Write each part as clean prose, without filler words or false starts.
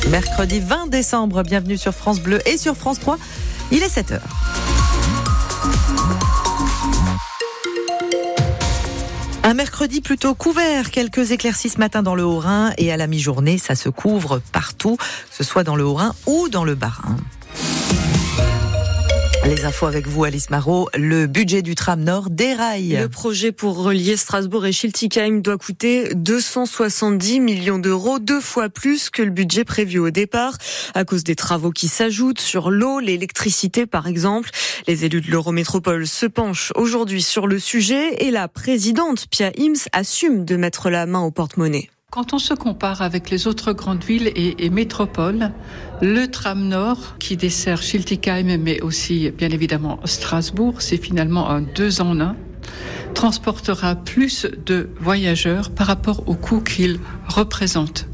Mercredi 20 décembre, bienvenue sur France Bleu et sur France 3, il est 7h. Un mercredi plutôt couvert, quelques éclaircies ce matin dans le Haut-Rhin et à la mi-journée, ça se couvre partout, que ce soit dans le Haut-Rhin ou dans le Bas-Rhin. Les infos avec vous, Alice Marot. Le budget du tram Nord déraille. Le projet pour relier Strasbourg et Schiltigheim doit coûter 270 millions d'euros, 2 fois plus que le budget prévu au départ, à cause des travaux qui s'ajoutent sur l'eau, l'électricité par exemple. Les élus de l'Eurométropole se penchent aujourd'hui sur le sujet et la présidente Pia Ims assume de mettre la main au porte-monnaie. Quand on se compare avec les autres grandes villes et métropoles, le tram Nord, qui dessert Schiltigheim, mais aussi bien évidemment Strasbourg, c'est finalement un 2 en 1, transportera plus de voyageurs par rapport au coût qu'il représente.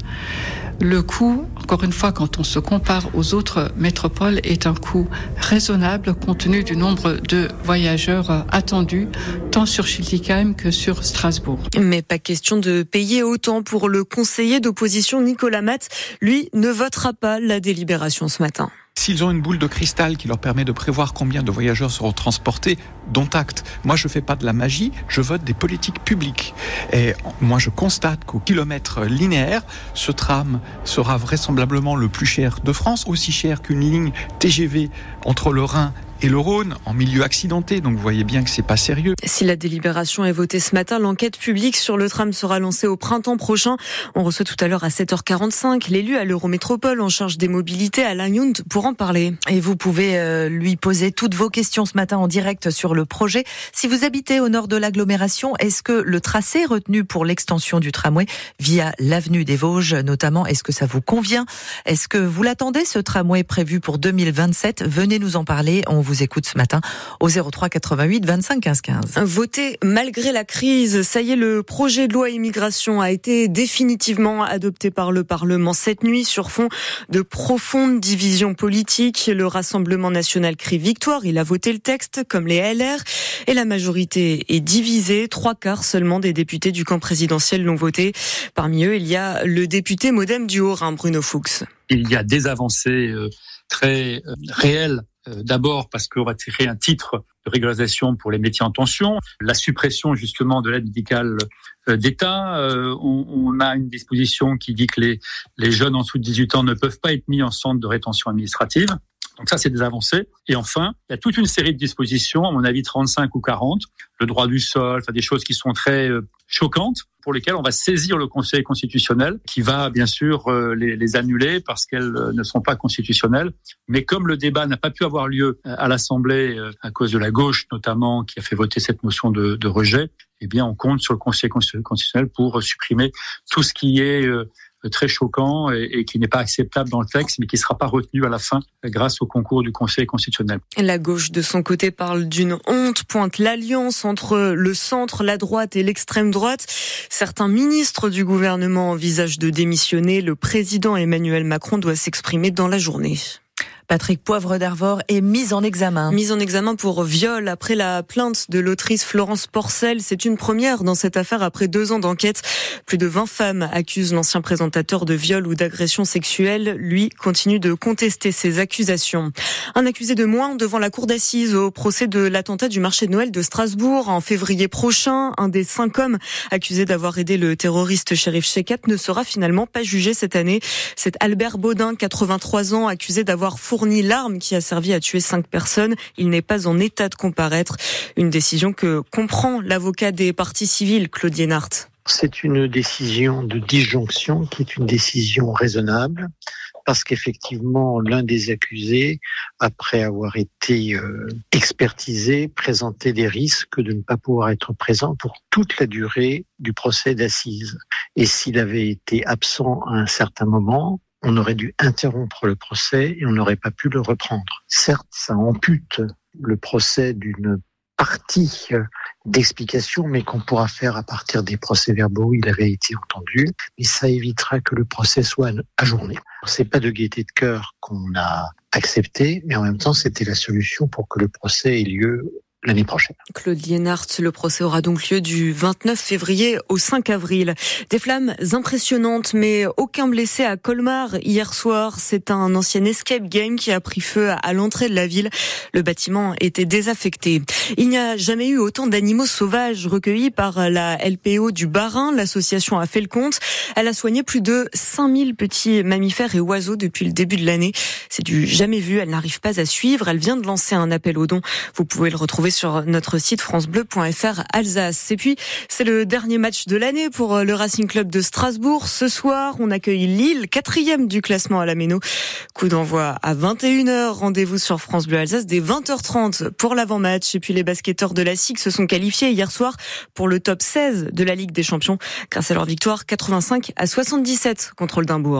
Le coût, encore une fois, quand on se compare aux autres métropoles, est un coût raisonnable compte tenu du nombre de voyageurs attendus, tant sur Schiltigheim que sur Strasbourg. Mais pas question de payer autant pour le conseiller d'opposition Nicolas Matt. Lui ne votera pas la délibération ce matin. S'ils ont une boule de cristal qui leur permet de prévoir combien de voyageurs seront transportés, dont acte. Moi, je fais pas de la magie, je vote des politiques publiques. Et moi, je constate qu'au kilomètre linéaire, ce tram sera vraisemblablement le plus cher de France, aussi cher qu'une ligne TGV entre le Rhin et le Rhône, en milieu accidenté, donc vous voyez bien que c'est pas sérieux. Si la délibération est votée ce matin, l'enquête publique sur le tram sera lancée au printemps prochain. On reçoit tout à l'heure à 7h45 l'élu à l'Eurométropole en charge des mobilités, Alain Yount, pour en parler. Et vous pouvez lui poser toutes vos questions ce matin en direct sur le projet. Si vous habitez au nord de l'agglomération, est-ce que le tracé retenu pour l'extension du tramway via l'avenue des Vosges, notamment, est-ce que ça vous convient? Est-ce que vous l'attendez, ce tramway prévu pour 2027? Venez nous en parler. On vous écoute ce matin au 03 88 25 15 15. Voté malgré la crise, ça y est, le projet de loi immigration a été définitivement adopté par le Parlement cette nuit sur fond de profondes divisions politiques. Le Rassemblement national crie victoire, il a voté le texte comme les LR et la majorité est divisée. 3/4 seulement des députés du camp présidentiel l'ont voté. Parmi eux, il y a le député Modem du Haut-Rhin, Bruno Fuchs. Il y a des avancées très réelles. D'abord parce qu'on va créer un titre de régularisation pour les métiers en tension, la suppression justement de l'aide médicale d'État. On a une disposition qui dit que les jeunes en dessous de 18 ans ne peuvent pas être mis en centre de rétention administrative. Donc ça, c'est des avancées. Et enfin, il y a toute une série de dispositions, à mon avis 35 ou 40, le droit du sol, enfin des choses qui sont très choquantes, pour lesquelles on va saisir le Conseil constitutionnel, qui va bien sûr les annuler parce qu'elles ne sont pas constitutionnelles. Mais comme le débat n'a pas pu avoir lieu à l'Assemblée à cause de la gauche notamment, qui a fait voter cette motion de rejet, eh bien on compte sur le Conseil constitutionnel pour supprimer tout ce qui est très choquant et qui n'est pas acceptable dans le texte, mais qui ne sera pas retenu à la fin grâce au concours du Conseil constitutionnel. La gauche, de son côté, parle d'une honte, pointe l'alliance entre le centre, la droite et l'extrême droite. Certains ministres du gouvernement envisagent de démissionner. Le président Emmanuel Macron doit s'exprimer dans la journée. Patrick Poivre d'Arvor est mis en examen. Mis en examen pour viol après la plainte de l'autrice Florence Porcel. C'est une première dans cette affaire après 2 ans d'enquête. Plus de 20 femmes accusent l'ancien présentateur de viol ou d'agression sexuelle. Lui continue de contester ces accusations. Un accusé de moins devant la cour d'assises au procès de l'attentat du marché de Noël de Strasbourg en février prochain. Un des 5 hommes accusés d'avoir aidé le terroriste Cherif Chekhat ne sera finalement pas jugé cette année. C'est Albert Baudin, 83 ans, accusé d'avoir fourni l'arme qui a servi à tuer 5 personnes. Il n'est pas en état de comparaître. Une décision que comprend l'avocat des parties civiles, Claude Lienhardt. C'est une décision de disjonction qui est une décision raisonnable parce qu'effectivement, l'un des accusés, après avoir été expertisé, présentait des risques de ne pas pouvoir être présent pour toute la durée du procès d'assises. Et s'il avait été absent à un certain moment, on aurait dû interrompre le procès et on n'aurait pas pu le reprendre. Certes, ça ampute le procès d'une partie d'explication, mais qu'on pourra faire à partir des procès-verbaux où il avait été entendu, mais ça évitera que le procès soit ajourné. C'est pas de gaieté de cœur qu'on a accepté, mais en même temps, c'était la solution pour que le procès ait lieu l'année prochaine. Claude Lienhart, le procès aura donc lieu du 29 février au 5 avril. Des flammes impressionnantes, mais aucun blessé à Colmar hier soir. C'est un ancien escape game qui a pris feu à l'entrée de la ville. Le bâtiment était désaffecté. Il n'y a jamais eu autant d'animaux sauvages recueillis par la LPO du Bas-Rhin. L'association a fait le compte. Elle a soigné plus de 5000 petits mammifères et oiseaux depuis le début de l'année. C'est du jamais vu. Elle n'arrive pas à suivre. Elle vient de lancer un appel aux dons. Vous pouvez le retrouver sur notre site francebleu.fr Alsace. Et puis, c'est le dernier match de l'année pour le Racing Club de Strasbourg. Ce soir, on accueille Lille, 4e du classement à la Méno. Coup d'envoi à 21h. Rendez-vous sur France Bleu Alsace dès 20h30 pour l'avant-match. Et puis, les basketteurs de la SIG se sont qualifiés hier soir pour le top 16 de la Ligue des Champions grâce à leur victoire 85-77 contre le Dimbourg.